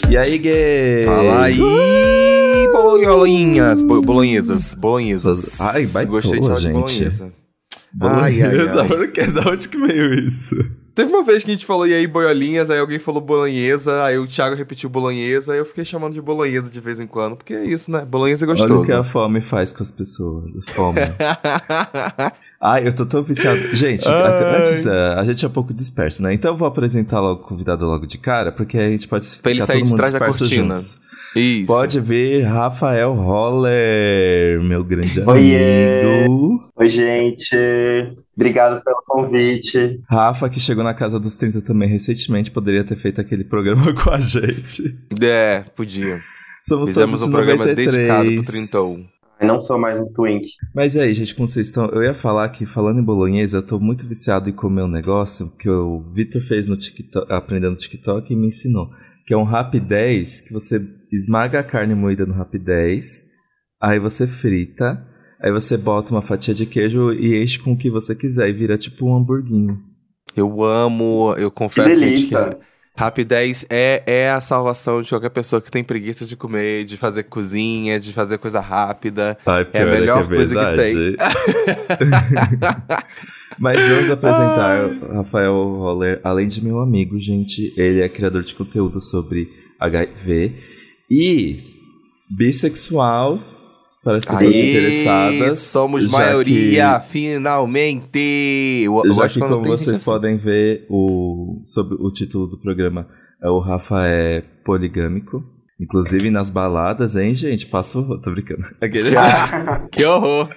E aí, gay? Fala aí, bolonhesas. Ai, baitola, Gostei de falar de gente. bolonhesa. Bolonhesa? Ai. Da onde que veio isso? Teve uma vez que a gente falou, e aí, boiolinhas, aí alguém falou bolonhesa, aí o Thiago repetiu bolonhesa, aí eu fiquei chamando de bolonhesa de vez em quando, porque é isso, né? Bolonhesa é gostoso. Olha o que a fome faz com as pessoas. Fome. Ai, eu tô tão viciado. Gente, antes, a gente é um pouco disperso, né? Então eu vou apresentar logo o convidado logo de cara, porque aí a gente pode Pra ele ficar sair todo de mundo trás da disperso cortina. juntos. Isso. Pode vir Rafael Holler, meu grande Oiê! amigo. Oi, gente. Obrigado pelo convite. Rafa, que chegou na casa dos 30 também recentemente, poderia ter feito aquele programa com a gente. É, podia. Somos Fizemos todos um programa 93. dedicado pro Trintão. Eu não sou mais um twink. Mas e aí, gente, como vocês estão? Eu ia falar que, falando em bolonhesa, eu tô muito viciado em comer um negócio que o Vitor fez no TikTok, aprendendo no TikTok e me ensinou. Que é um Rap 10, que você esmaga a carne moída no Rap 10, aí você frita, aí você bota uma fatia de queijo e enche com o que você quiser e vira tipo um hamburguinho. Eu amo, eu confesso, gente, que delícia. Rap 10 é a salvação de qualquer pessoa que tem preguiça de comer, de fazer cozinha, de fazer coisa rápida. Ai, É a pior melhor que é coisa que tem. Mas vamos apresentar o Rafael Holler, além de meu amigo, gente. Ele é criador de conteúdo sobre HIV e bissexual, para as pessoas interessadas. Somos já maioria, finalmente! Eu Já gosto que, quando como tem vocês gente assim. podem ver, sobre o título do programa é o Rafa é poligâmico. Inclusive nas baladas, hein, gente? Passa o... Tô brincando. Aqueles... Que horror!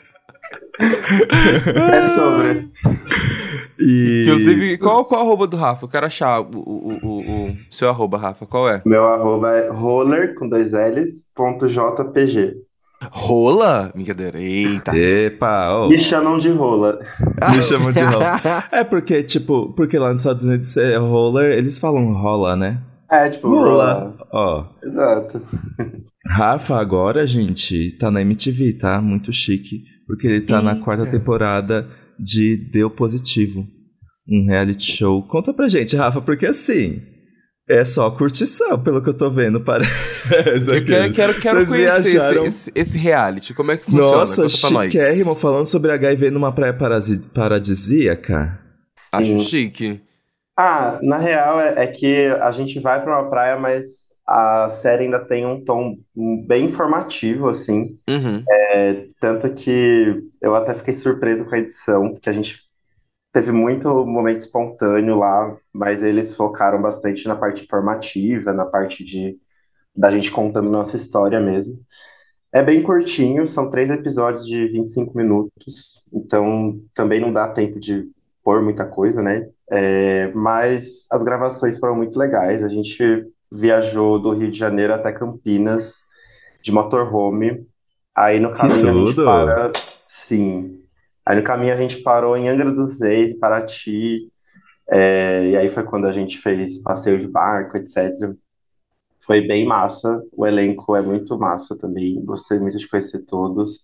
É sobre. E... Inclusive, qual o arroba do Rafa? Eu quero achar o seu arroba, Rafa. Qual é? Meu arroba é roller, com 2 L's, .jpg. Rola? Brincadeira. Eita. Epa, ó. Me chamam de rola. Me chamam de rola. É porque, tipo, porque lá nos Estados Unidos é roller, eles falam rola, né? É, tipo, Rola. rola. Ó. Exato. Rafa agora, gente, tá na MTV, tá? Muito chique. Porque ele tá na 4ª temporada de Deu Positivo. Um reality show. Conta pra gente, Rafa, porque assim... É só curtição, pelo que eu tô vendo, parece. Eu quero Vocês conhecer viajaram... esse reality. Como é que funciona? Nossa, Conta pra nós. chiquérrimo, falando sobre HIV numa praia paradisíaca. Acho chique. Na real, é que a gente vai pra uma praia, mas a série ainda tem um tom bem informativo, assim. Uhum. Tanto que eu até fiquei surpreso com a edição, porque a gente teve muito momento espontâneo lá, mas eles focaram bastante na parte informativa, na parte da gente contando nossa história mesmo. É bem curtinho, são 3 episódios de 25 minutos, então também não dá tempo de pôr muita coisa, né? Mas as gravações foram muito legais. A gente viajou do Rio de Janeiro até Campinas de motorhome. Aí no caminho a gente tudo! sim. Aí no caminho a gente parou em Angra dos Reis, Paraty, e aí foi quando a gente fez passeio de barco, etc. Foi bem massa, o elenco é muito massa também, gostei muito de conhecer todos.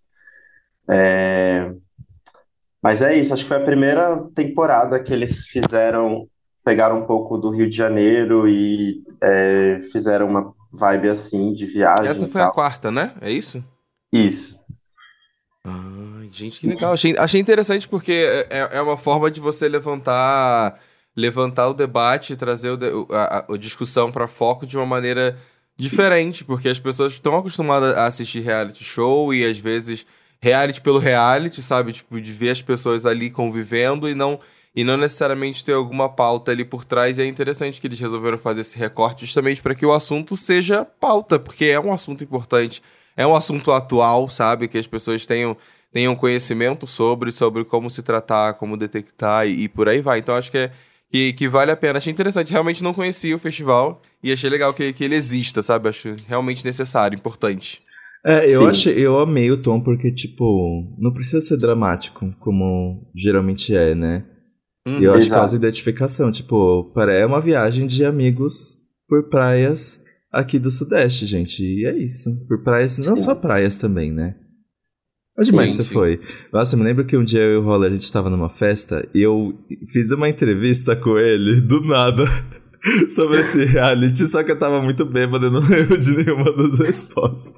Mas é isso, acho que foi a primeira temporada que eles pegaram um pouco do Rio de Janeiro e fizeram uma vibe assim de viagem Essa e foi a tal. 4ª, né? É isso? Isso. Ai, gente, que legal. Achei interessante porque é uma forma de você levantar o debate, trazer a discussão para foco de uma maneira diferente, porque as pessoas estão acostumadas a assistir reality show e às vezes reality pelo reality, sabe? Tipo, de ver as pessoas ali convivendo e não necessariamente ter alguma pauta ali por trás. E é interessante que eles resolveram fazer esse recorte justamente para que o assunto seja pauta, porque é um assunto importante. É um assunto atual, sabe? Que as pessoas tenham conhecimento sobre como se tratar, como detectar e por aí vai. Então acho que vale a pena. Achei interessante. Realmente não conhecia o festival e achei legal que ele exista, sabe? Acho realmente necessário, importante. Eu amei o tom porque, tipo, não precisa ser dramático, como geralmente é, né? E eu acho que causa identificação. Tipo, é uma viagem de amigos por praias aqui do Sudeste, gente. E é isso. Por praias, não só praias também, né? Onde mais você foi? Nossa, eu me lembro que um dia eu e o Roller, a gente tava numa festa e eu fiz uma entrevista com ele, do nada. sobre esse reality, só que eu tava muito bêbado e não lembro de nenhuma das respostas.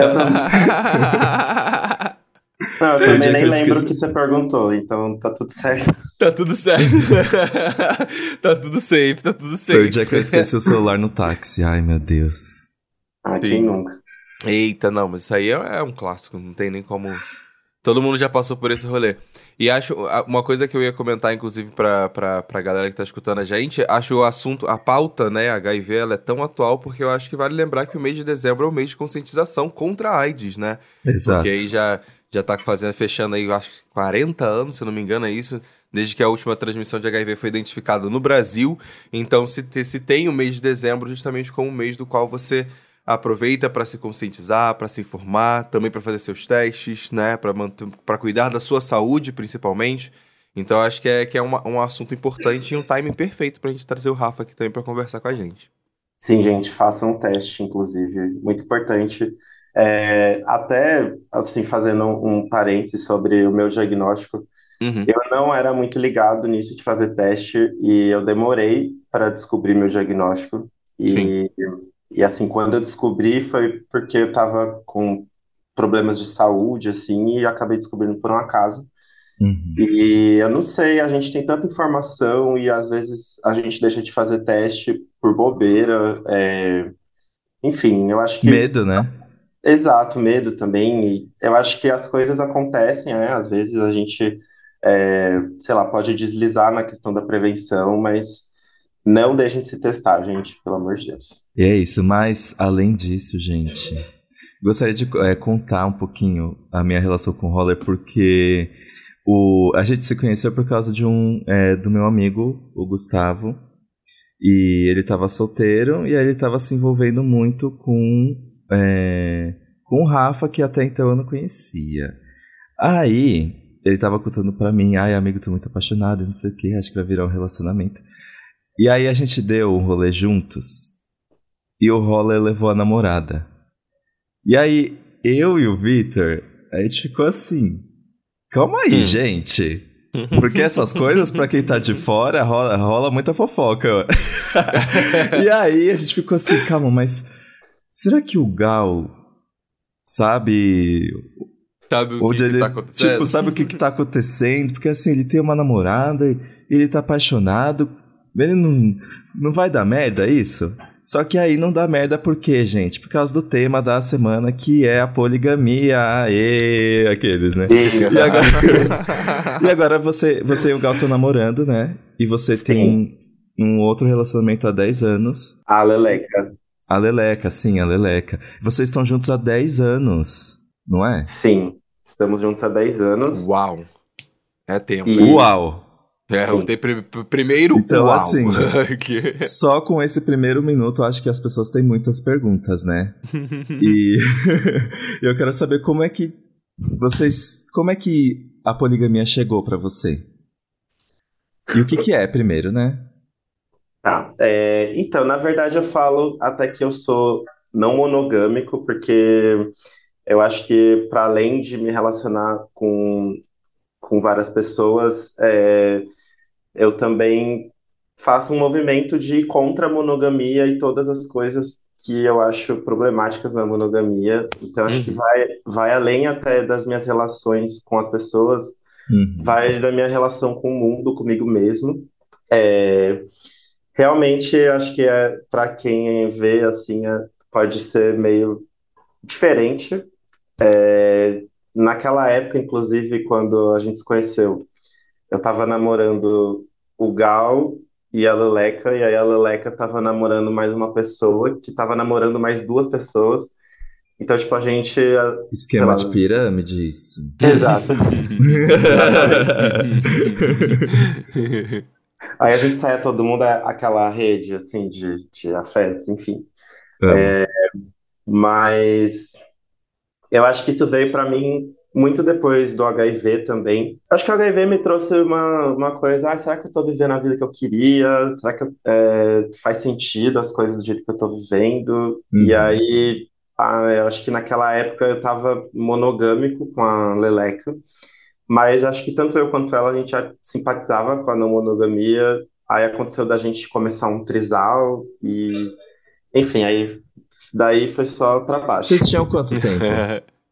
Não, eu também nem lembro o que você perguntou, então tá tudo certo. Tá tudo certo. Tá tudo safe, tá tudo safe. Foi o dia que eu esqueci o celular no táxi. Ai, meu Deus. Ah, quem nunca? Eita, não, mas isso aí é um clássico, não tem nem como... Todo mundo já passou por esse rolê. E acho, uma coisa que eu ia comentar, inclusive, pra galera que tá escutando a gente, acho o assunto, a pauta, né, HIV, ela é tão atual, porque eu acho que vale lembrar que o mês de dezembro é o mês de conscientização contra a AIDS, né? Exato. Porque aí já tá fechando aí, eu acho que 40 anos, se eu não me engano, é isso, desde que a última transmissão de HIV foi identificada no Brasil. Então, se tem o mês de dezembro justamente como um mês do qual você aproveita para se conscientizar, para se informar, também para fazer seus testes, né, para cuidar da sua saúde, principalmente. Então, acho que é um assunto importante e um timing perfeito para a gente trazer o Rafa aqui também para conversar com a gente. Sim, gente, façam um teste, inclusive, muito importante. Até, assim, fazendo um parêntese sobre o meu diagnóstico, Uhum. eu não era muito ligado nisso de fazer teste e eu demorei para descobrir meu diagnóstico. Sim. E assim, quando eu descobri foi porque eu estava com problemas de saúde, assim, e acabei descobrindo por um acaso. Uhum. E eu não sei, a gente tem tanta informação e às vezes a gente deixa de fazer teste por bobeira. Enfim, eu acho que. Medo, né? Exato, medo também. E eu acho que as coisas acontecem, né? Às vezes a gente, sei lá, pode deslizar na questão da prevenção, mas não deixem de se testar, gente, pelo amor de Deus. E é isso, mas além disso, gente, gostaria de contar um pouquinho a minha relação com o roller, porque a gente se conheceu por causa do meu amigo, o Gustavo, e ele estava solteiro, e aí ele estava se envolvendo muito com o Rafa, que até então eu não conhecia. Aí, ele estava contando pra mim, ai amigo, tô muito apaixonado, não sei o que, acho que vai virar um relacionamento. E aí a gente deu um rolê juntos, e o roller levou a namorada. E aí, eu e o Victor, a gente ficou assim, calma aí, gente. Porque essas coisas, pra quem tá de fora, rola muita fofoca. E aí a gente ficou assim, calma, mas será que o Gal sabe Sabe o onde que tá acontecendo? Tipo, sabe o que tá acontecendo? Porque assim, ele tem uma namorada, ele tá apaixonado, ele não vai dar merda isso? Só que aí não dá merda por quê, gente? Por causa do tema da semana, que é a poligamia. Aê, aqueles, né? E agora você e o Gal estão namorando, né? E você Sim. tem um outro relacionamento há 10 anos. A Leleca. A Leleca, sim, a Leleca. Vocês estão juntos há 10 anos, não é? Sim, estamos juntos há 10 anos. Uau! É tempo. Uau! Primeiro, então, uau. Assim, só com esse primeiro minuto, acho que as pessoas têm muitas perguntas, né? E eu quero saber como é que a poligamia chegou pra você? E o que é primeiro, né? Tá. Então, na verdade, eu falo até que eu sou não monogâmico, porque eu acho que, para além de me relacionar com várias pessoas, eu também faço um movimento de ir contra a monogamia e todas as coisas que eu acho problemáticas na monogamia. Então, acho que vai além até das minhas relações com as pessoas, vai da minha relação com o mundo, comigo mesmo. Realmente, acho que para quem vê assim, pode ser meio diferente. Naquela época, inclusive, quando a gente se conheceu, eu estava namorando o Gal e a Leleca, e aí a Leleca estava namorando mais uma pessoa, que estava namorando mais duas pessoas. Então, tipo, a gente... Esquema de pirâmide, isso. Exato. Aí a gente saía todo mundo, aquela rede, assim, de afetos, enfim. Mas eu acho que isso veio para mim muito depois do HIV também. Acho que o HIV me trouxe uma coisa, será que eu tô vivendo a vida que eu queria? Será que faz sentido as coisas do jeito que eu tô vivendo? E aí, eu acho que naquela época eu tava monogâmico com a Leleca, mas acho que tanto eu quanto ela, a gente já simpatizava com a não monogamia, Aí aconteceu da gente começar um trisal enfim, aí daí foi só pra baixo. Vocês tinham quanto tempo?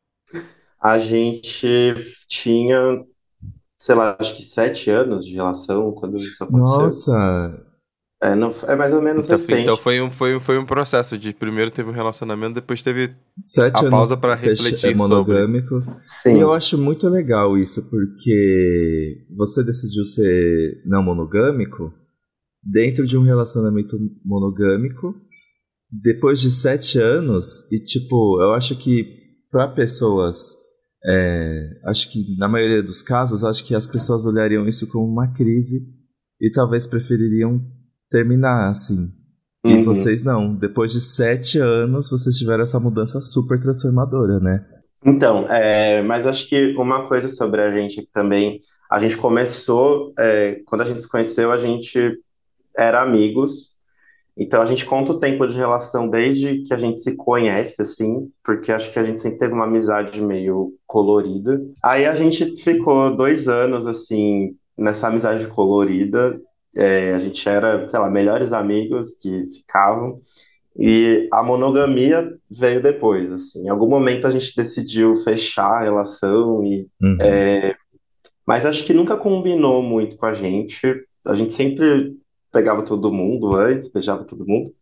A gente tinha, sei lá, acho que 7 anos de relação quando isso aconteceu. Nossa, É, não, é mais ou menos Então recente. foi um processo de primeiro teve um relacionamento, depois teve a 7 anos pausa pra refletir sobre. monogâmico. E eu Sim. acho muito legal isso, porque você decidiu ser não monogâmico dentro de um relacionamento monogâmico, depois de 7 anos, e tipo, eu acho que para pessoas, acho que na maioria dos casos, acho que as pessoas olhariam isso como uma crise e talvez prefeririam terminar assim. E Uhum. vocês não. Depois de 7 anos, vocês tiveram essa mudança super transformadora, né? Então, mas acho que uma coisa sobre a gente também, a gente começou, quando a gente se conheceu, a gente era amigos. Então a gente conta o tempo de relação desde que a gente se conhece, assim, porque acho que a gente sempre teve uma amizade meio colorida. Aí a gente ficou 2 anos, assim, nessa amizade colorida. A gente era, sei lá, melhores amigos que ficavam. E a monogamia veio depois, assim. Em algum momento a gente decidiu fechar a relação Uhum. mas acho que nunca combinou muito com a gente. A gente sempre pegava todo mundo antes, beijava todo mundo.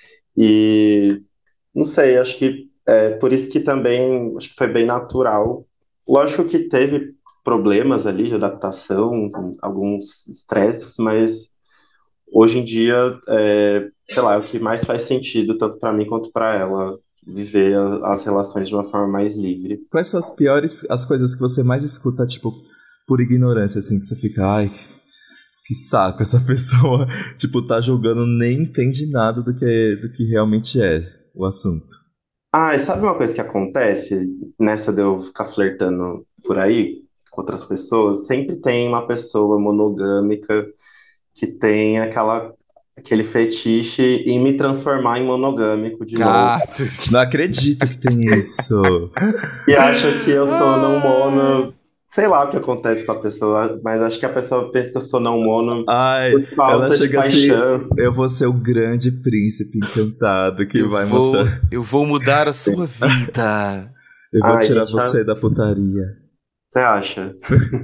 E não sei, acho que por isso que também acho que foi bem natural. Lógico que teve problemas ali de adaptação, alguns estresses, mas hoje em dia, sei lá, é o que mais faz sentido, tanto para mim quanto para ela, viver as relações de uma forma mais livre. Quais são as piores, as coisas que você mais escuta, tipo, por ignorância, assim, que você fica, ai, que saco, essa pessoa, tipo, tá julgando, nem entende nada do que realmente é o assunto. Ah, e sabe uma coisa que acontece nessa de eu ficar flertando por aí com outras pessoas? Sempre tem uma pessoa monogâmica que tem aquele fetiche em me transformar em monogâmico de novo. Ah, Não acredito que tem isso. E acha que eu sou não Ai. mono. Sei lá o que acontece com a pessoa, mas acho que a pessoa pensa que eu sou não mono Ai, por ela falta de chega assim, paixão. eu vou ser o grande príncipe encantado que Eu vai vou, mostrar, eu vou mudar a sua vida. eu vou Ai, tirar gente, você da putaria. você acha?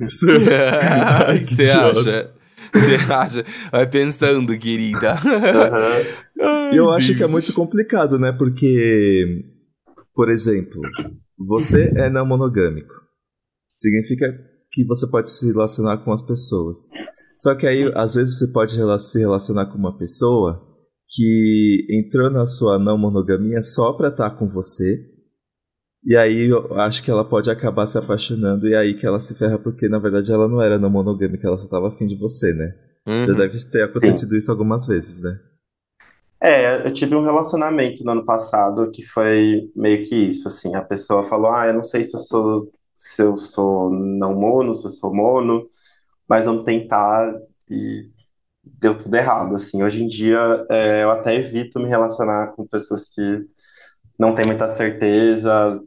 Ai, que Você idiota. acha? Você acha? Vai pensando, querida. Aham. E Ai, eu acho que é muito deuses. complicado, né? Porque, por exemplo, você é não monogâmico. Significa que você pode se relacionar com as pessoas. Só que aí, às vezes, você pode se relacionar com uma pessoa que entrou na sua não monogamia só pra estar com você. E aí eu acho que ela pode acabar se apaixonando e aí que ela se ferra porque, na verdade, ela não era não monogâmica, ela só tava afim de você, né? Já Uhum. deve ter Sim. acontecido isso algumas vezes, né? Eu tive um relacionamento no ano passado que foi meio que isso, assim, a pessoa falou, eu não sei se eu sou não mono, se eu sou mono, mas vamos tentar e deu tudo errado, assim. Hoje em dia, eu até evito me relacionar com pessoas que não têm muita certeza,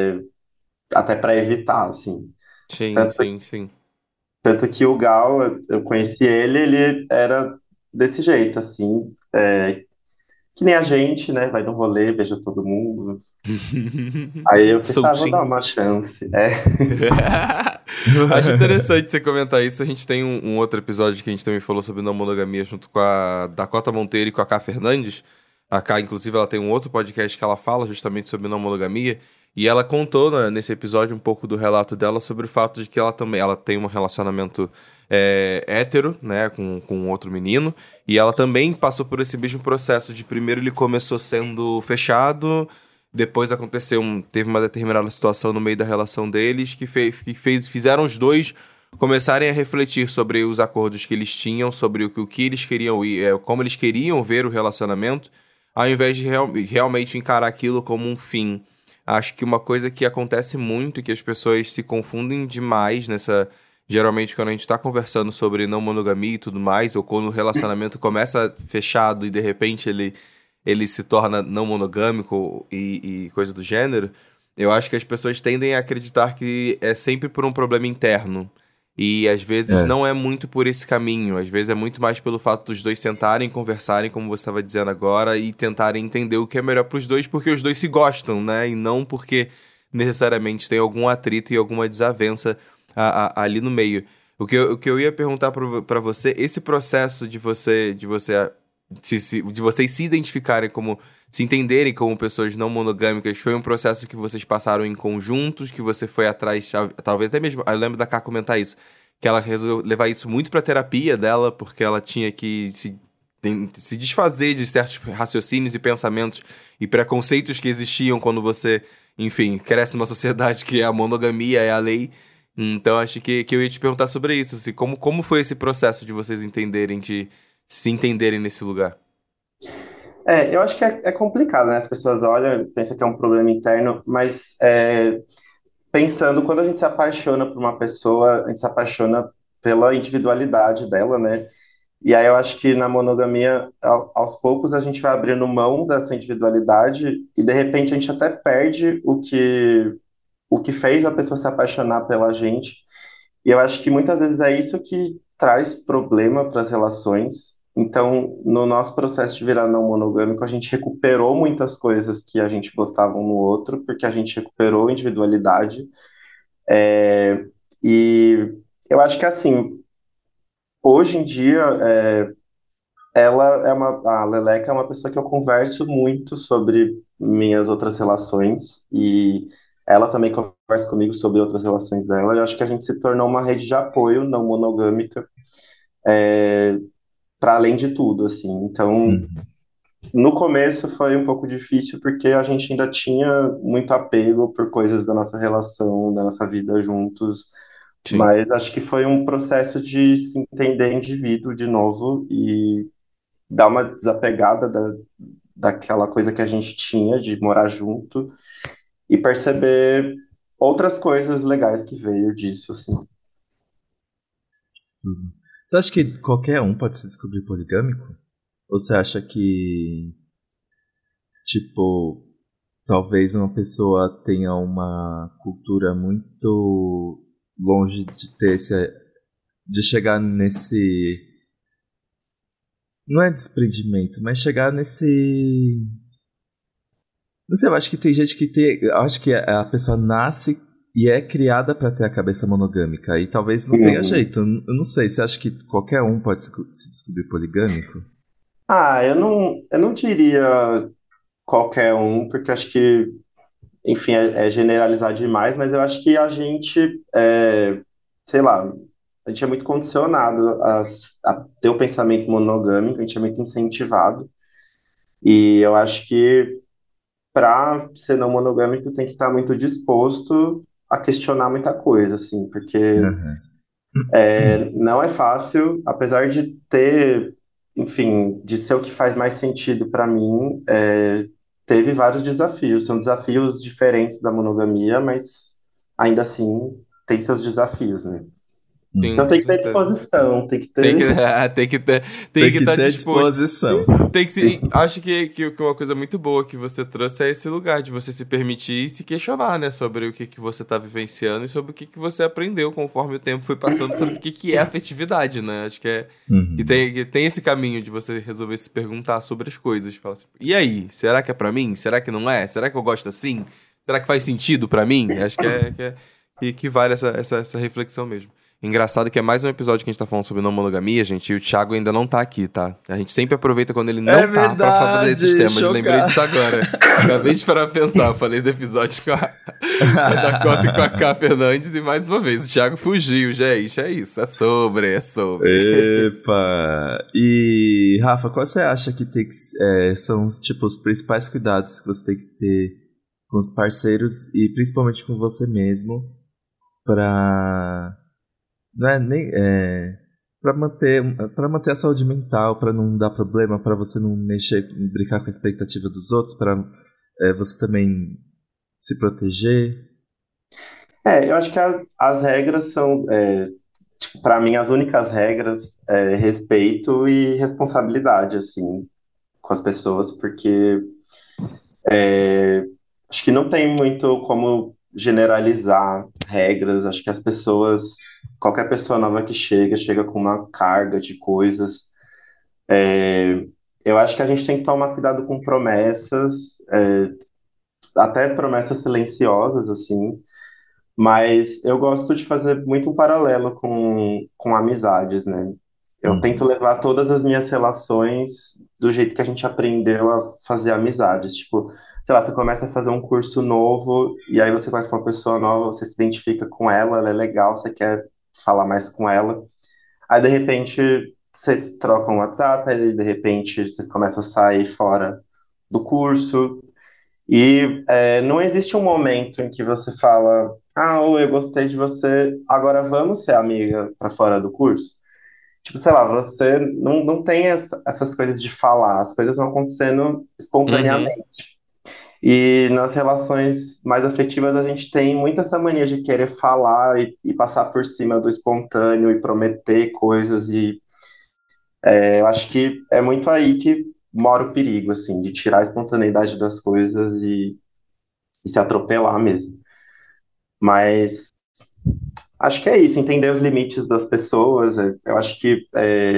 até para evitar, assim. Sim, Tanto, sim, sim. tanto que o Gal, eu conheci ele era desse jeito, assim, que nem a gente, né? Vai no rolê, beija todo mundo. Aí eu pensei, vou dar Soltinho. uma chance. Acho interessante você comentar isso. A gente tem um outro episódio que a gente também falou sobre não monogamia junto com a Dakota Monteiro e com a Ká Fernandes. A Ká, inclusive, ela tem um outro podcast que ela fala justamente sobre não monogamia. E ela contou, né, nesse episódio um pouco do relato dela sobre o fato de que ela tem um relacionamento hétero, né, com outro menino. E ela também passou por esse mesmo processo de primeiro ele começou sendo fechado. Depois teve uma determinada situação no meio da relação deles fizeram os dois começarem a refletir sobre os acordos que eles tinham, sobre o que eles queriam e como eles queriam ver o relacionamento, ao invés de realmente encarar aquilo como um fim. Acho que uma coisa que acontece muito e que as pessoas se confundem demais geralmente quando a gente está conversando sobre não monogamia e tudo mais, ou quando o relacionamento começa fechado e de repente ele se torna não monogâmico e coisa do gênero, eu acho que as pessoas tendem a acreditar que é sempre por um problema interno. E às vezes É. não é muito por esse caminho, às vezes é muito mais pelo fato dos dois sentarem, conversarem, como você estava dizendo agora, e tentarem entender o que é melhor para os dois, porque os dois se gostam, né? E não porque necessariamente tem algum atrito e alguma desavença ali no meio. O que eu ia perguntar para você, esse processo de vocês se identificarem como, se entenderem como pessoas não monogâmicas, foi um processo que vocês passaram em conjuntos, que você foi atrás, talvez até mesmo, eu lembro da Ká comentar isso, que ela resolveu levar isso muito pra terapia dela, porque ela tinha que se desfazer de certos raciocínios e pensamentos e preconceitos que existiam quando você, enfim, cresce numa sociedade que a monogamia é a lei. Então, acho que eu ia te perguntar sobre isso, assim, como foi esse processo de vocês entenderem, de se entenderem nesse lugar? Eu acho que é complicado, né? As pessoas olham, e pensam que é um problema interno, mas pensando, quando a gente se apaixona por uma pessoa, a gente se apaixona pela individualidade dela, né? E aí eu acho que na monogamia, aos poucos, a gente vai abrindo mão dessa individualidade e de repente a gente até perde o que fez a pessoa se apaixonar pela gente. E eu acho que muitas vezes é isso que traz problema para as relações. Então, no nosso processo de virar não monogâmico, a gente recuperou muitas coisas que a gente gostava um no outro, porque a gente recuperou a individualidade. E eu acho que assim, hoje em dia, a Leleca é uma pessoa que eu converso muito sobre minhas outras relações e ela também conversa comigo sobre outras relações dela. Eu acho que a gente se tornou uma rede de apoio não monogâmica para além de tudo, assim. Então, Uhum. no começo foi um pouco difícil porque a gente ainda tinha muito apego por coisas da nossa relação, da nossa vida juntos, Sim. mas acho que foi um processo de se entender indivíduo de novo e dar uma desapegada daquela coisa que a gente tinha de morar junto e perceber outras coisas legais que veio disso, assim. Uhum. Você acha que qualquer um pode se descobrir poligâmico? Ou você acha que, tipo, talvez uma pessoa tenha uma cultura muito longe de ter de chegar nesse, não é desprendimento, mas chegar nesse, não sei, eu acho que tem gente que tem, eu acho que a pessoa nasce e é criada pra ter a cabeça monogâmica e talvez não tenha Uhum. jeito. Eu não sei, você acha que qualquer um pode se descobrir poligâmico? Eu não diria qualquer um, porque acho que, enfim, é generalizar demais, mas eu acho que a gente, sei lá, a gente é muito condicionado a ter o pensamento monogâmico, a gente é muito incentivado, e eu acho que para ser não monogâmico tem que estar muito disposto a questionar muita coisa, assim, porque Aham. não é fácil, apesar de ter, enfim, de ser o que faz mais sentido para mim, teve vários desafios. São desafios diferentes da monogamia, mas ainda assim tem seus desafios, né? Sim, Então Uhum. com tem que ter certeza. disposição, tem que Tem que, ter. tem que ter, tem Tem que que estar ter disposto. disposição. Tem que se, acho que uma coisa muito boa que você trouxe é esse lugar de você se permitir e se questionar, né, sobre o que você tá vivenciando e sobre o que você aprendeu conforme o tempo foi passando, sobre o que é afetividade, né? Acho que é Uhum. que tem esse caminho de você resolver se perguntar sobre as coisas, falar assim, e aí, será que é pra mim? Será que não é? Será que eu gosto assim? Será que faz sentido pra mim? Acho que vale essa reflexão mesmo. Engraçado que é mais um episódio que a gente tá falando sobre não monogamia, gente, e o Thiago ainda não tá aqui, tá? A gente sempre aproveita quando ele É não tá pra falar desses verdade, temas. Lembrei chocado. disso agora. Acabei de parar pra pensar. Falei do episódio com a Dakota e com a Ká Fernandes, e mais uma vez, o Thiago fugiu, gente. É isso, é sobre. Epa! E, Rafa, qual você acha que são tipo, os principais cuidados que você tem que ter com os parceiros e principalmente com você mesmo pra. Não é nem. Para manter a saúde mental, pra não dar problema, pra você não brincar com a expectativa dos outros, pra você também se proteger. Eu acho que as regras são, tipo, para mim, as únicas regras é respeito e responsabilidade, assim, com as pessoas, porque acho que não tem muito como generalizar regras. Acho que as pessoas, qualquer pessoa nova que chega com uma carga de coisas. É, eu acho que a gente tem que tomar cuidado com promessas, até promessas silenciosas, assim, mas eu gosto de fazer muito um paralelo com amizades, né? Eu tento Uhum. levar todas as minhas relações do jeito que a gente aprendeu a fazer amizades. Tipo, sei lá, você começa a fazer um curso novo e aí você conhece uma pessoa nova, você se identifica com ela, ela é legal, você quer falar mais com ela. Aí, de repente, vocês trocam WhatsApp, aí, de repente, vocês começam a sair fora do curso. E não existe um momento em que você fala: ah, ô, eu gostei de você, agora vamos ser amiga para fora do curso. Tipo, sei lá, você não tem essas coisas de falar, as coisas vão acontecendo Uhum. espontaneamente. E nas relações mais afetivas, a gente tem muito essa mania de querer falar e passar por cima do espontâneo e prometer coisas. E eu acho que é muito aí que mora o perigo, assim, de tirar a espontaneidade das coisas e se atropelar mesmo. Mas acho que é isso, entender os limites das pessoas. Eu acho que,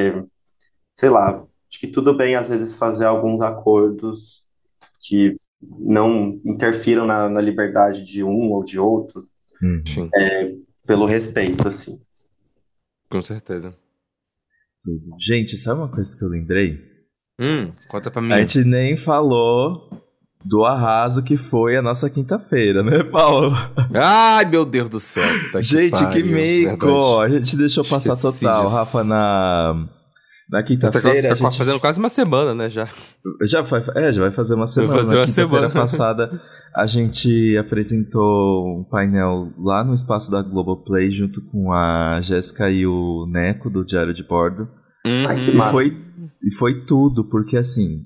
sei lá, acho que tudo bem às vezes fazer alguns acordos que não interfiram na liberdade de um ou de outro, Uhum. Sim, pelo respeito, assim. com certeza. Tudo. Gente, sabe uma coisa que eu lembrei? Conta pra A mim. gente nem falou do arraso que foi a nossa quinta-feira, né, Paulo? Ai, meu Deus do céu. Puta que Gente, que pariu. mico! Verdade. A gente deixou passar Esqueci total. Rafa, disso. na Já tá, quinta-feira a gente fazendo quase uma semana, né, já. já vai fazer uma Vai semana. fazer Na uma quinta-feira semana. passada a gente apresentou um painel lá no espaço da Globoplay junto com a Jéssica e o Neco do Diário de Bordo. Ai, que E Uhum. massa. foi, e foi tudo, porque assim,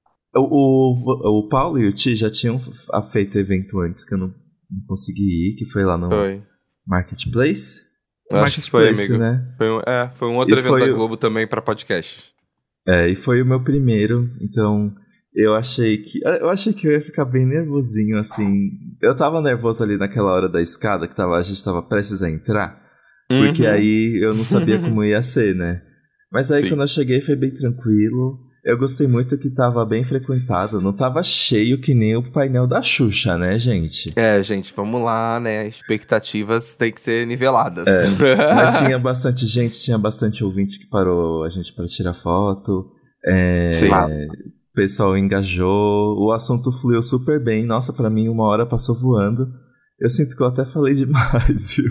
o Paulo e o Ti já tinham feito evento antes que eu não consegui ir, que foi lá no Foi. Marketplace. Eu acho que foi, Marketplace, amigo. né? Foi um E outro evento da foi, Globo também pra podcast. e foi o meu primeiro, então eu achei que eu ia ficar bem nervosinho, assim. Eu tava nervoso ali naquela hora da escada, a gente tava prestes a entrar, porque Uhum. aí eu não sabia como ia ser, né? Mas aí Sim. quando eu cheguei foi bem tranquilo. Eu gostei muito que tava bem frequentado, não tava cheio que nem o painel da Xuxa, né, gente? Gente, vamos lá, né? Expectativas têm que ser niveladas. Mas tinha bastante gente, tinha bastante ouvinte que parou a gente pra tirar foto. Sim. Massa. O pessoal engajou, o assunto fluiu super bem. Nossa, pra mim uma hora passou voando. Eu sinto que eu até falei demais, viu?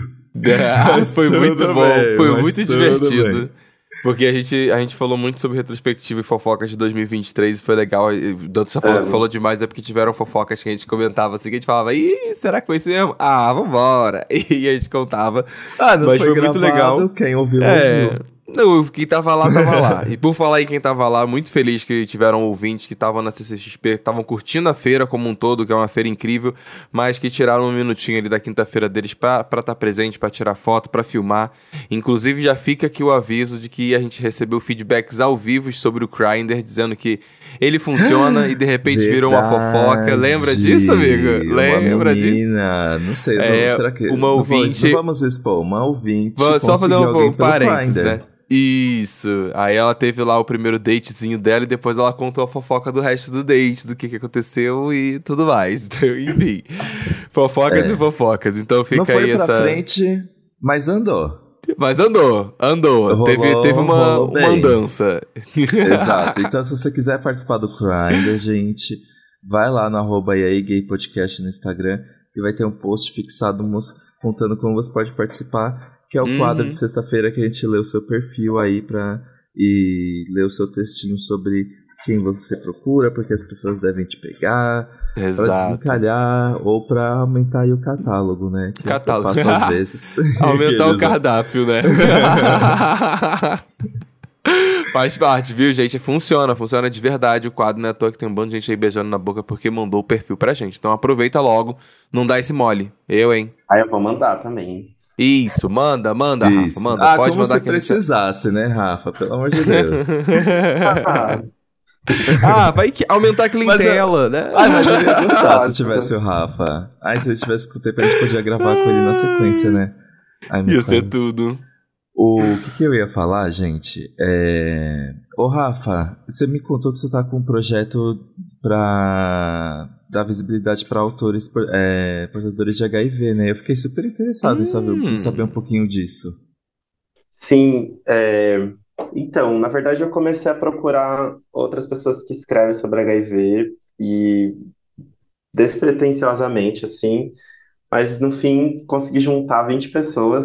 Mas Foi muito tudo bom, bem, foi mas muito tudo divertido. bem. Porque a gente falou muito sobre retrospectiva e fofocas de 2023 e foi legal. E o Danto só falou que falou demais, é porque tiveram fofocas que a gente comentava assim, que a gente falava, ih, será que foi isso mesmo? Ah, vambora. E a gente contava. Ah, não Mas foi foi muito gravado, legal. quem ouviu, É. ouviu. Não, quem tava lá, tava lá. E por falar em quem tava lá, muito feliz que tiveram ouvintes que estavam na CCXP, que estavam curtindo a feira como um todo, que é uma feira incrível, mas que tiraram um minutinho ali da quinta-feira deles pra estar presente, pra tirar foto, pra filmar. Inclusive, já fica aqui o aviso de que a gente recebeu feedbacks ao vivo sobre o Grindr, dizendo que ele funciona e de repente virou uma fofoca. Lembra disso, amigo? Uma Lembra disso? menina, não sei, É, será que... uma Não, não ouvinte. vamos expor, uma ouvinte Só fazer conseguiu alguém um pelo parênteses, né? Grindr. Isso. Aí ela teve lá o primeiro datezinho dela e depois ela contou a fofoca do resto do date, do que aconteceu e tudo mais. Então, enfim, fofocas e É. fofocas. Então Não fica aí foi pra essa. frente, mas andou. Mas andou. Teve Rolou uma bem. andança. Exato. Então, se você quiser participar do Grindr, gente, vai lá no @gaypodcast no Instagram e vai ter um post fixado contando como você pode participar, que é o quadro de Uhum. sexta-feira que a gente lê o seu perfil aí e lê o seu textinho sobre quem você procura, porque as pessoas devem te pegar, pra Exato. desencalhar ou pra aumentar aí o catálogo, né? Que Catálogo. é o que eu faço às vezes. Aumentar o Aqueles, ó. cardápio, né? Faz parte, viu, gente? Funciona de verdade o quadro, não é à toa que tem um bando de gente aí beijando na boca porque mandou o perfil pra gente. Então aproveita logo, não dá esse mole. Eu, hein? Aí eu vou mandar também. Isso, manda, Rafa, Isso. manda. Pode Como mandar se que a gente... precisasse, né, Rafa? Pelo amor de Deus. Ah, Vai que aumentar a clientela, né? Mas eu ia gostar se tivesse o Rafa. Se ele tivesse com o tempo, a gente podia gravar com ele na sequência, né? Ia ser tudo. O que eu ia falar, gente, Ô, Rafa, você me contou que você tá com um projeto pra dar visibilidade pra autores portadores de HIV, né? Eu fiquei super interessado em saber um pouquinho disso. Sim, então, na verdade eu comecei a procurar outras pessoas que escrevem sobre HIV e despretensiosamente, assim, mas no fim consegui juntar 20 pessoas.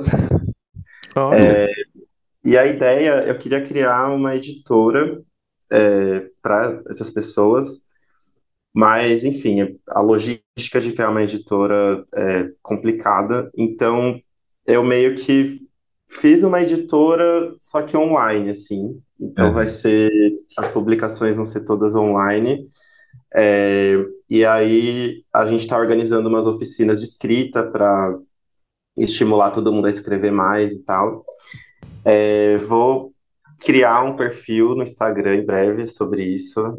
Olha. E a ideia, eu queria criar uma editora para essas pessoas, mas enfim, a logística de criar uma editora é complicada, então eu meio que fiz uma editora, só que online, assim. Então as publicações vão ser todas online. E aí a gente está organizando umas oficinas de escrita para estimular todo mundo a escrever mais e tal. Vou criar um perfil no Instagram em breve sobre isso.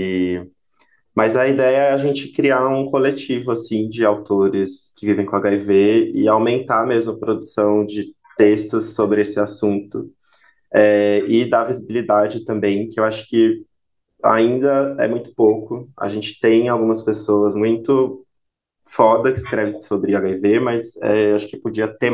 Mas a ideia é a gente criar um coletivo assim de autores que vivem com HIV e aumentar mesmo a produção de textos sobre esse assunto. E dar visibilidade também, que eu acho que ainda é muito pouco. A gente tem algumas pessoas muito foda que escrevem sobre HIV, mas acho que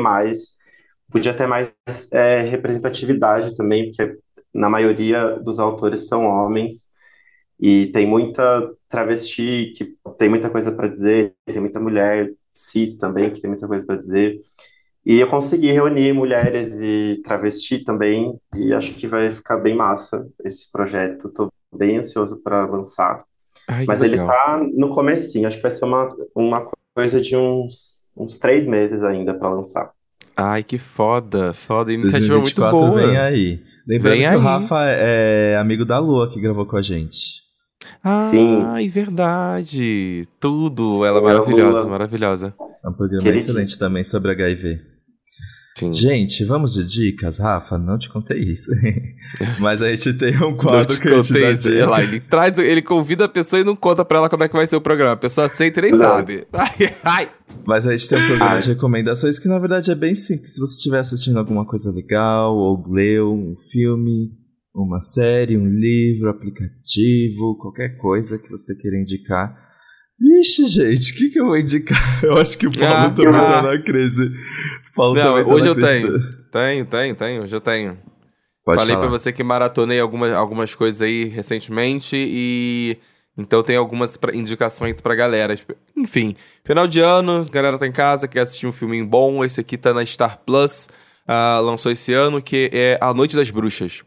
podia ter mais representatividade também, porque na maioria dos autores são homens, e tem muita travesti que tem muita coisa para dizer, tem muita mulher cis também que tem muita coisa para dizer. E eu consegui reunir mulheres e travesti também, e acho que vai ficar bem massa esse projeto. Estou bem ansioso para lançar. Ai, que Mas ele legal. tá no comecinho, acho que vai ser uma coisa de uns 3 meses ainda para lançar. Ai, que foda. Iniciativa muito 2024 boa. vem aí. Lembrando Vem que aí. o Rafa é amigo da Lua, que gravou com a gente. Sim. Ai, verdade. Tudo. Ela é a maravilhosa, Lua, É maravilhosa. um programa queridíssimo. excelente também sobre HIV. Sim. Gente, vamos de dicas, Rafa? Não te contei isso. Mas a gente tem um quadro que a gente dá isso. Olha lá, ele convida a pessoa e não conta pra ela como é que vai ser o programa. A pessoa aceita e nem sabe. Ai. Mas a gente tem um programa de recomendações que na verdade é bem simples. Se você estiver assistindo alguma coisa legal, ou leu um filme, uma série, um livro, aplicativo, qualquer coisa que você queira indicar. Vixe, gente, o que eu vou indicar? Eu acho que o Paulo também tá na crise. Não, hoje eu tenho. Tenho. Hoje eu tenho. Falei pra você que maratonei algumas coisas aí recentemente e então tem algumas indicações pra galera. Enfim, final de ano, a galera tá em casa, quer assistir um filminho bom. Esse aqui tá na Star Plus, lançou esse ano, que é A Noite das Bruxas.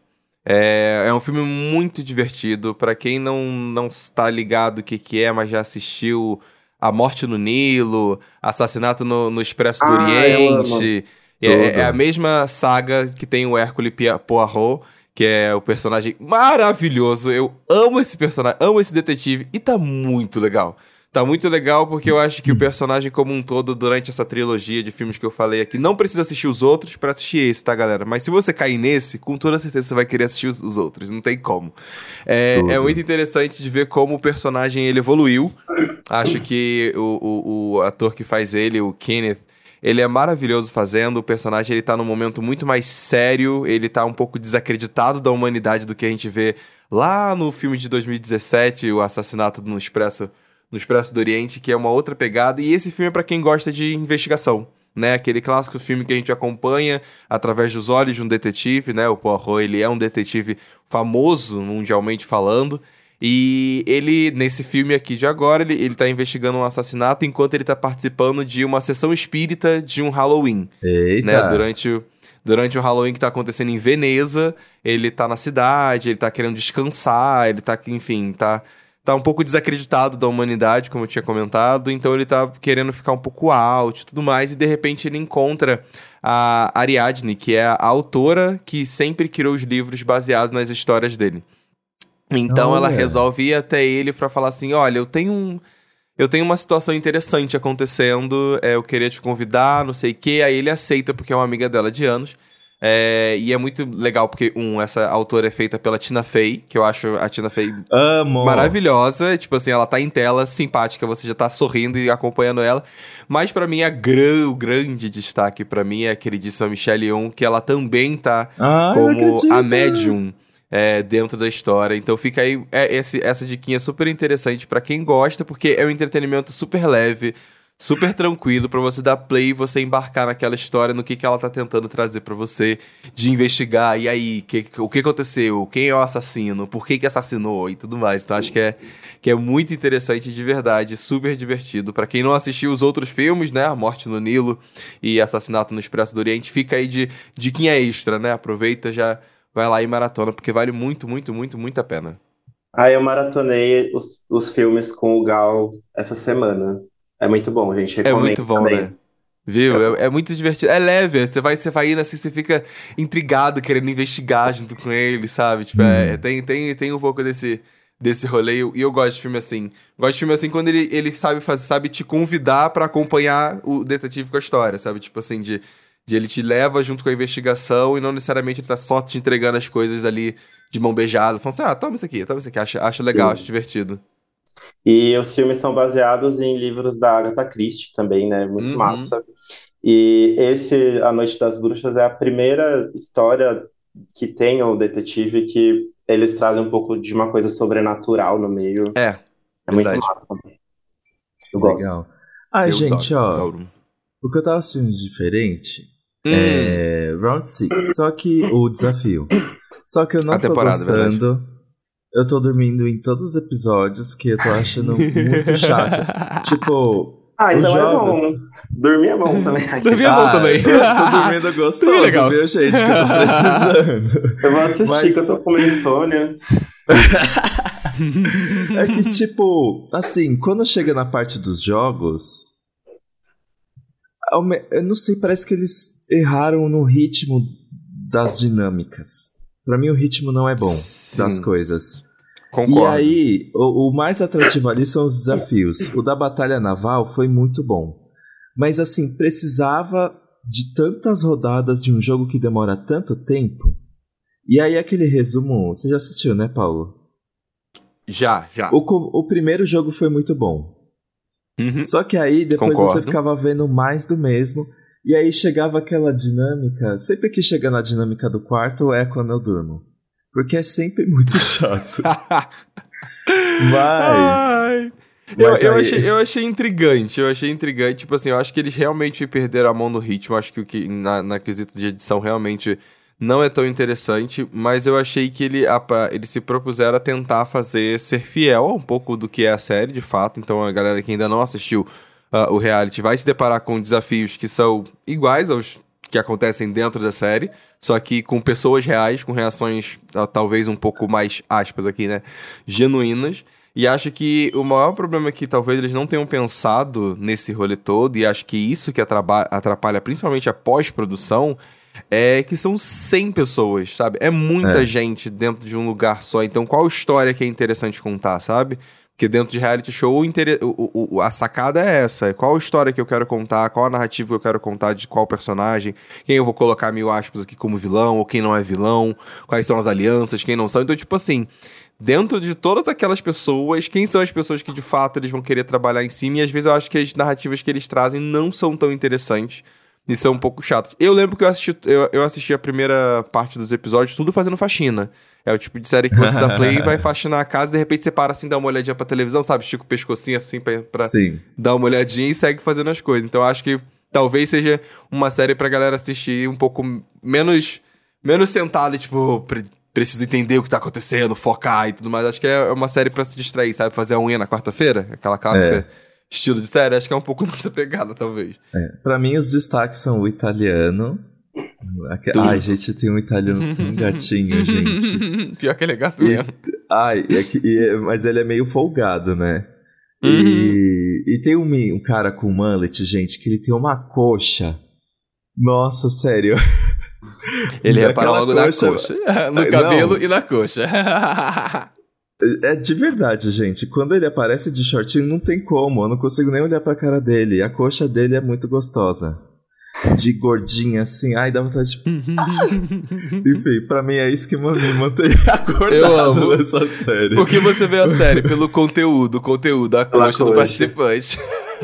É um filme muito divertido. Pra quem não está ligado o que é, mas já assistiu A Morte no Nilo, Assassinato no Expresso do Oriente. É a mesma saga que tem o Hercule Poirot, que é o personagem maravilhoso. Eu amo esse personagem, amo esse detetive e tá muito legal. Tá muito legal porque eu acho que o personagem como um todo, durante essa trilogia de filmes que eu falei aqui, não precisa assistir os outros pra assistir esse, tá, galera? Mas se você cair nesse, com toda certeza você vai querer assistir os outros, não tem como. É muito interessante de ver como o personagem ele evoluiu. Acho que o ator que faz ele, o Kenneth, ele é maravilhoso fazendo. O personagem ele tá num momento muito mais sério, ele tá um pouco desacreditado da humanidade do que a gente vê lá no filme de 2017, o Assassinato no Expresso do Oriente, que é uma outra pegada, e esse filme é pra quem gosta de investigação, né, aquele clássico filme que a gente acompanha através dos olhos de um detetive, né, o Poirot, ele é um detetive famoso mundialmente falando, e ele, nesse filme aqui de agora, ele tá investigando um assassinato enquanto ele tá participando de uma sessão espírita de um Halloween. Eita! Né, durante o Halloween que tá acontecendo em Veneza, ele tá na cidade, ele tá querendo descansar, ele tá, enfim, tá um pouco desacreditado da humanidade, como eu tinha comentado, então ele tá querendo ficar um pouco out e tudo mais, e de repente ele encontra a Ariadne, que é a autora que sempre criou os livros baseados nas histórias dele. Então ela resolve ir até ele pra falar assim, olha, eu tenho uma situação interessante acontecendo, eu queria te convidar, não sei o quê, aí ele aceita porque é uma amiga dela de anos, E é muito legal porque, essa autora é feita pela Tina Fey, que eu acho a Tina Fey maravilhosa. Tipo assim, ela tá em tela, simpática, você já tá sorrindo e acompanhando ela. Mas pra mim, o grande destaque pra mim é a queridíssima Michelle Yeoh, que ela também tá como a médium dentro da história. Então fica aí essa diquinha super interessante pra quem gosta, porque é um entretenimento super leve, super tranquilo pra você dar play e você embarcar naquela história, no que ela tá tentando trazer pra você, de investigar, e aí, o que aconteceu, quem é o assassino, por que assassinou e tudo mais. Então acho que é muito interessante de verdade, super divertido. Pra quem não assistiu os outros filmes, né, A Morte no Nilo e Assassinato no Expresso do Oriente, fica aí de diquinha extra, né, aproveita, já vai lá e maratona, porque vale muito, muito, muito, muito a pena. Eu maratonei os filmes com o Gal essa semana. É muito bom, gente. É Recomendo muito bom, né? também. Viu? É muito divertido. É leve, você vai indo assim, você fica intrigado, querendo investigar junto com ele, sabe? Tipo, tem um pouco desse rolê. E eu gosto de filme assim. Gosto de filme assim quando ele sabe te convidar pra acompanhar o detetive com a história, sabe? Tipo assim, de ele te leva junto com a investigação e não necessariamente ele tá só te entregando as coisas ali de mão beijada, falando assim, toma isso aqui. Acho legal, acho divertido. E os filmes são baseados em livros da Agatha Christie também, né? Muito Uhum. massa. E esse, A Noite das Bruxas, é a primeira história que tem o detetive que eles trazem um pouco de uma coisa sobrenatural no meio. É, É muito verdade. massa. Eu gosto. Legal. Gente, adoro. O que eu tava assistindo de diferente é Round 6, só que o desafio. Só que eu não tô gostando. Eu tô dormindo em todos os episódios, porque eu tô achando muito chato. Tipo, então os jogos... é bom. Dormir é bom também. Dormir é bom também. Eu tô dormindo gostoso, legal. Viu, gente? Que eu tô precisando. Eu vou assistir, que eu tô com insônia. É que, tipo, assim, quando chega na parte dos jogos, eu não sei, parece que eles erraram no ritmo das dinâmicas. Pra mim, o ritmo não é bom das coisas. Concordo. E aí, o mais atrativo ali são os desafios. O da Batalha Naval foi muito bom. Mas, assim, precisava de tantas rodadas de um jogo que demora tanto tempo. E aí, aquele resumo... Você já assistiu, né, Paulo? Já. O primeiro jogo foi muito bom. Uhum. Só que aí, depois você ficava vendo mais do mesmo. E aí, chegava aquela dinâmica... Sempre que chega na dinâmica do quarto, é quando eu durmo. Porque é sempre muito chato. Mas eu achei intrigante. Tipo assim, eu acho que eles realmente perderam a mão no ritmo. Acho que o que na quesito de edição realmente não é tão interessante. Mas eu achei que eles se propuseram a tentar ser fiel a um pouco do que é a série, de fato. Então a galera que ainda não assistiu o reality vai se deparar com desafios que são iguais aos que acontecem dentro da série, só que com pessoas reais, com reações talvez um pouco mais, aspas aqui, né, genuínas. E acho que o maior problema é que talvez eles não tenham pensado nesse rolê todo, e acho que isso que atrapalha principalmente a pós-produção, é que são 100 pessoas, sabe? É muita gente dentro de um lugar só. Então qual história que é interessante contar, sabe? Porque dentro de reality show, a sacada é essa. Qual a história que eu quero contar, qual a narrativa que eu quero contar de qual personagem, quem eu vou colocar 1000 aspas aqui como vilão, ou quem não é vilão, quais são as alianças, quem não são. Então, tipo assim, dentro de todas aquelas pessoas, quem são as pessoas que de fato eles vão querer trabalhar em cima, e às vezes eu acho que as narrativas que eles trazem não são tão interessantes e são um pouco chatas. Eu lembro que eu assisti a primeira parte dos episódios tudo fazendo faxina. É o tipo de série que você dá play e vai faxinar a casa e de repente você para assim, dá uma olhadinha pra televisão, sabe? Estica o pescocinho assim pra dar uma olhadinha e segue fazendo as coisas. Então eu acho que talvez seja uma série pra galera assistir um pouco menos sentada e tipo, preciso entender o que tá acontecendo, focar e tudo mais. Acho que é uma série pra se distrair, sabe? Fazer a unha na quarta-feira, aquela clássica estilo de série. Acho que é um pouco nessa pegada, talvez. Pra mim os destaques são o italiano... Ai, gente, tem um italiano com um gatinho, gente. Pior que ele é gato mesmo. Mas ele é meio folgado, né? E tem um cara com mullet, gente, que ele tem uma coxa. Nossa, sério. Ele repara logo na coxa. No cabelo e na coxa. É de verdade, gente. Quando ele aparece de shortinho, não tem como. Eu não consigo nem olhar pra cara dele. A coxa dele é muito gostosa. de gordinha, assim. Ai, dá vontade de... Enfim, pra mim é isso que me mantém acordado nessa série. Porque você vê a série pelo conteúdo, a coxa do participante.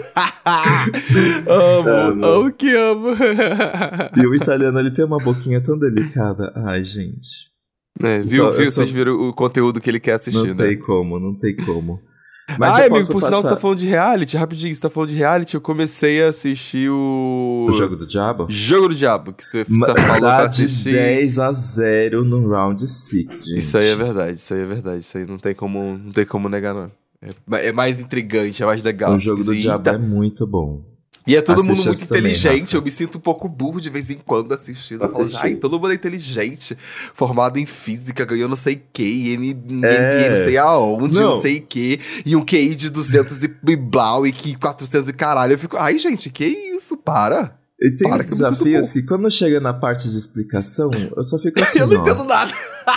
amo que amo. E o italiano, ele tem uma boquinha tão delicada. Ai, gente. Vocês viram o conteúdo que ele quer assistir, não tem como. Mas amigo, por sinal, você tá falando de reality, rapidinho, você tá falando de reality, eu comecei a assistir o Jogo do Diabo? Jogo do Diabo, que você falou pra assistir. De 10-0 no round 6, gente. Isso aí é verdade, isso aí não tem como negar, não. É mais intrigante, é mais legal. O Jogo do Diabo é muito bom. E é todo mundo muito inteligente, também, eu me sinto um pouco burro de vez em quando assistindo. Ai, todo mundo é inteligente, formado em física, ganhou não sei o que, MBA não sei aonde, não sei o que, e um QI de 200 e blau e 400 e caralho. Eu fico, ai gente, que isso, para. E tem uns desafios que quando chega na parte de explicação, eu só fico assim, eu não entendo nada.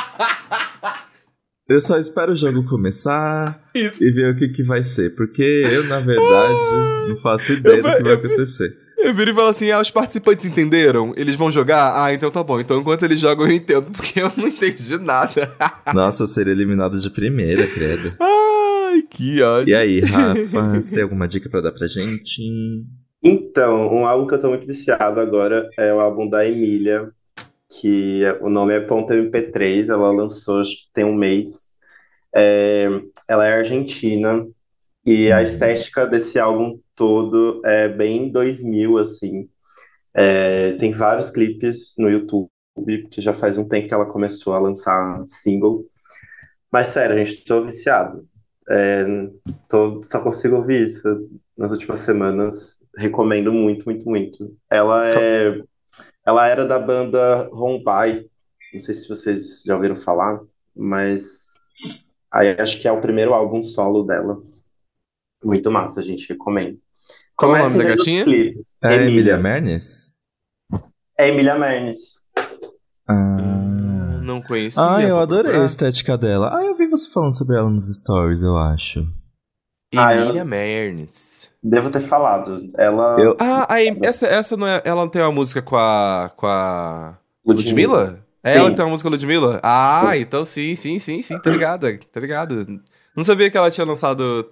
Eu só espero o jogo começar e ver o que vai ser. Porque eu, na verdade, não faço ideia do que vai acontecer. Eu viro e falo assim, os participantes entenderam? Eles vão jogar? Então tá bom. Então enquanto eles jogam eu entendo, porque eu não entendi nada. Nossa, eu seria eliminado de primeira, credo. Ai, que ódio. E aí, Rafa, você tem alguma dica pra dar pra gente? Então, um álbum que eu tô muito viciado agora é o álbum da Emília, que o nome é Ponto MP3, ela lançou, acho que tem um mês. Ela é argentina e a estética desse álbum todo é bem 2000, assim. Tem vários clipes no YouTube, que já faz um tempo que ela começou a lançar single. Mas sério, gente, tô viciado. Só consigo ouvir isso nas últimas semanas. Recomendo muito, muito, muito. Ela era da banda Rombay, não sei se vocês já ouviram falar, mas aí acho que é o primeiro álbum solo dela. Muito massa, gente, recomendo. Qual é o nome da gatinha? É Emília Mernes? É Emília Mernes. Não conhecia. Eu adorei a estética dela. Eu vi você falando sobre ela nos stories, eu acho. Emília Mernes. Devo ter falado. Ela. Essa não é. Ela não tem uma música com a Ludmilla? É ela que tem uma música com a Ludmilla? Então sim, tá ligado. Não sabia que ela tinha lançado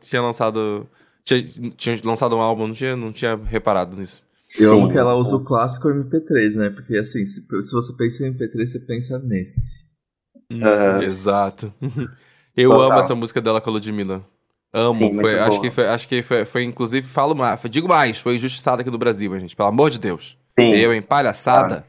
um álbum, não tinha reparado nisso. Eu amo que ela usa o clássico MP3, né? Porque assim, se você pensa em MP3, você pensa nesse. Exato. Eu amo essa música dela com a Ludmilla. Amo. Sim, acho que foi inclusive, digo mais, foi injustiçada aqui no Brasil, gente, pelo amor de Deus. Sim. Eu, palhaçada.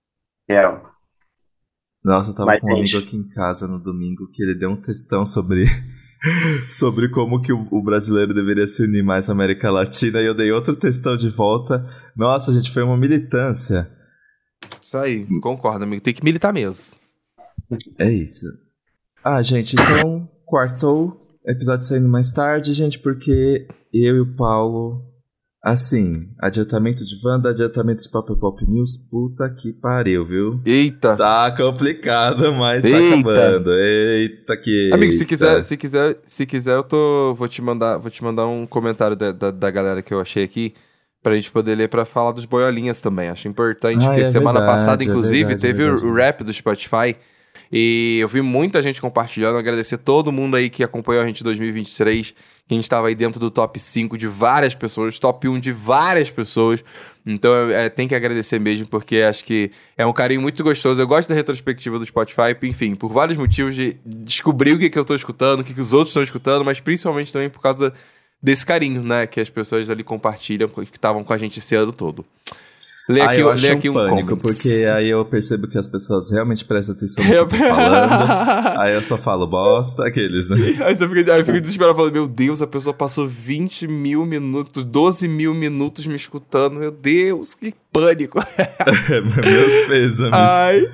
Nossa, eu tava com um amigo aqui em casa no domingo que ele deu um textão sobre como que o brasileiro deveria se unir mais à América Latina, e eu dei outro textão de volta. Nossa, gente, foi uma militância. Isso aí, concordo, amigo. Tem que militar mesmo. É isso. Gente, então, quartou. Episódio saindo mais tarde, gente, porque eu e o Paulo... Assim, adiantamento de Wanda, adiantamento de Pop News, puta que pariu, viu? Eita! Tá complicado, mas tá acabando. Eita que... Amigo, se quiser vou te mandar um comentário da galera que eu achei aqui, pra gente poder ler pra falar dos boiolinhas também. Acho importante, porque semana passada, inclusive, teve o rap do Spotify, e eu vi muita gente compartilhando, agradecer todo mundo aí que acompanhou a gente em 2023, que a gente estava aí dentro do top 5 de várias pessoas, top 1 de várias pessoas. Então tem que agradecer mesmo, porque acho que é um carinho muito gostoso. Eu gosto da retrospectiva do Spotify, enfim, por vários motivos de descobrir o que eu tô escutando, o que os outros estão escutando, mas principalmente também por causa desse carinho, né, que as pessoas ali compartilham, que estavam com a gente esse ano todo. Lê aqui um pânico, porque aí eu percebo que as pessoas realmente prestam atenção no que eu tô falando. Aí eu só falo bosta, aqueles, né? Aí eu fico desesperado, falando, meu Deus, a pessoa passou 20 mil minutos, 12 mil minutos me escutando, meu Deus, que pânico. Meus pêsames. Ai.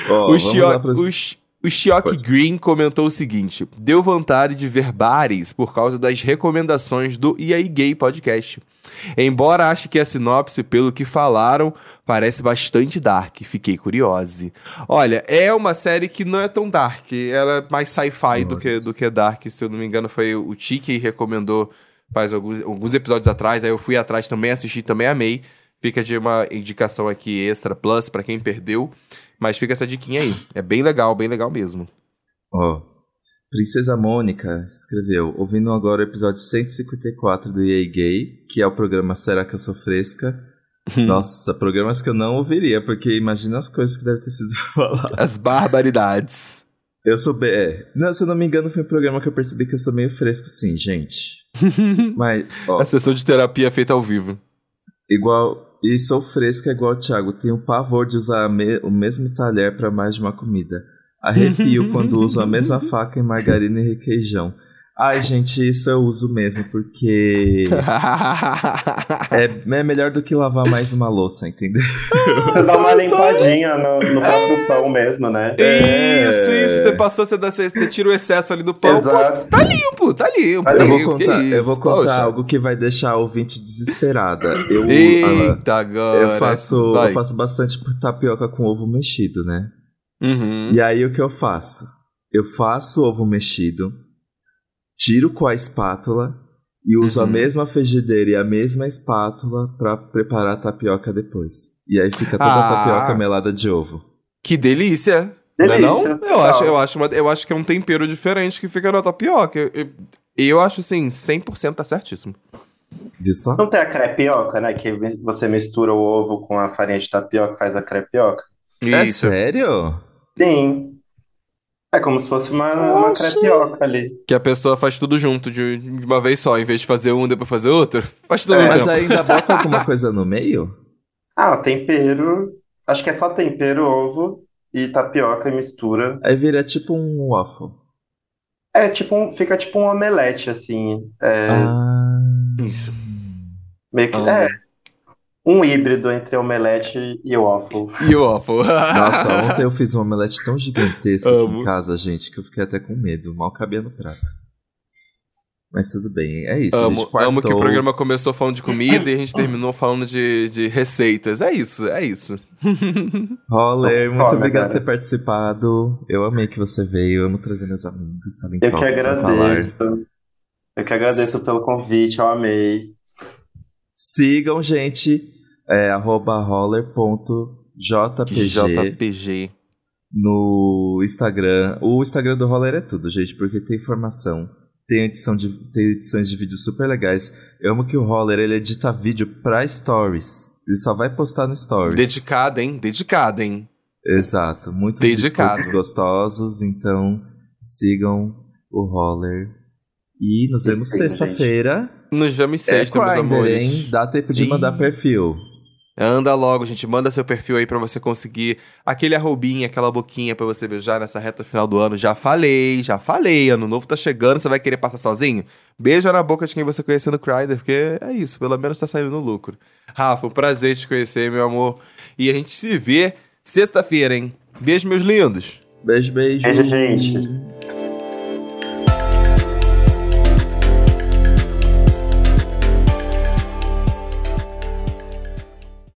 O Chioque Green comentou o seguinte: deu vontade de ver bares por causa das recomendações do E aí Gay Podcast. Embora ache que a sinopse, pelo que falaram, parece bastante dark, fiquei curiosa. Olha, é uma série que não é tão dark, ela é mais sci-fi do que dark, se eu não me engano foi o Tiki que recomendou faz alguns episódios atrás, aí eu fui atrás também, assisti, também amei. Fica de uma indicação aqui extra plus pra quem perdeu. Mas fica essa diquinha aí. É bem legal mesmo. Ó, Princesa Mônica escreveu: ouvindo agora o episódio 154 do EA Gay, que é o programa Será que eu sou fresca? Nossa, programas que eu não ouviria, porque imagina as coisas que devem ter sido faladas. As barbaridades. Eu sou não, se eu não me engano, foi um programa que eu percebi que eu sou meio fresco, sim, gente. Mas, ó, a sessão de terapia feita ao vivo. E sou fresca igual o Thiago. Tenho pavor de usar o mesmo talher para mais de uma comida. Arrepio quando uso a mesma faca em margarina e requeijão. Ai, gente, isso eu uso mesmo, porque é melhor do que lavar mais uma louça, entendeu? Você dá uma limpadinha no próprio pão mesmo, né? Isso. Você tira o excesso ali do pão. Exato. Pô, tá limpo. Eu vou contar algo que vai deixar a ouvinte desesperada. Agora. Eu faço bastante tapioca com ovo mexido, né? Uhum. E aí o que eu faço? Eu faço ovo mexido, tiro com a espátula e uso a mesma frigideira e a mesma espátula pra preparar a tapioca depois. E aí fica toda a tapioca melada de ovo. Que delícia! Não? Eu acho que é um tempero diferente que fica na tapioca. Eu acho assim, 100% tá certíssimo. Viu só? Não tem a crepioca, né? Que você mistura o ovo com a farinha de tapioca e faz a crepioca. É sério? Sim. É como se fosse uma crepioca ali. Que a pessoa faz tudo junto de uma vez só, em vez de fazer um e depois fazer outro. Faz tudo Mas tempo. Ainda bota alguma coisa no meio? Tempero. Acho que é só tempero, ovo e tapioca e mistura. Aí vira tipo um waffle. Fica tipo um omelete, assim. Isso. Meio que um híbrido entre omelete e waffle. Nossa, ontem eu fiz um omelete tão gigantesco aqui em casa, gente, que eu fiquei até com medo. Mal cabia no prato. Mas tudo bem, é isso. Amo que o programa começou falando de comida e a gente terminou falando de receitas. É isso. Roller, muito obrigado por ter participado. Eu amei que você veio, amo trazer meus amigos talentosos pra falar. Eu que agradeço pelo convite, eu amei. Sigam, gente, @roller.jpg no Instagram. O Instagram do Roller é tudo, gente, porque tem informação. Tem edições de vídeos super legais. Eu amo que o Roller, ele edita vídeo pra stories. Ele só vai postar no stories. Dedicado, hein? Exato. Muitos biscoitos gostosos. Então, sigam o Roller. E nos vemos sexta-feira. Nos vemos sexta, meus amores. Hein? Dá tempo de mandar perfil. Anda logo, gente. Manda seu perfil aí pra você conseguir aquele arrobinha, aquela boquinha pra você beijar nessa reta final do ano. Já falei. Ano novo tá chegando, você vai querer passar sozinho? Beija na boca de quem você conhecer no Grindr, porque é isso, pelo menos tá saindo no lucro. Rafa, um prazer te conhecer, meu amor. E a gente se vê sexta-feira, hein? Beijo, meus lindos. Beijo. Beijo, gente.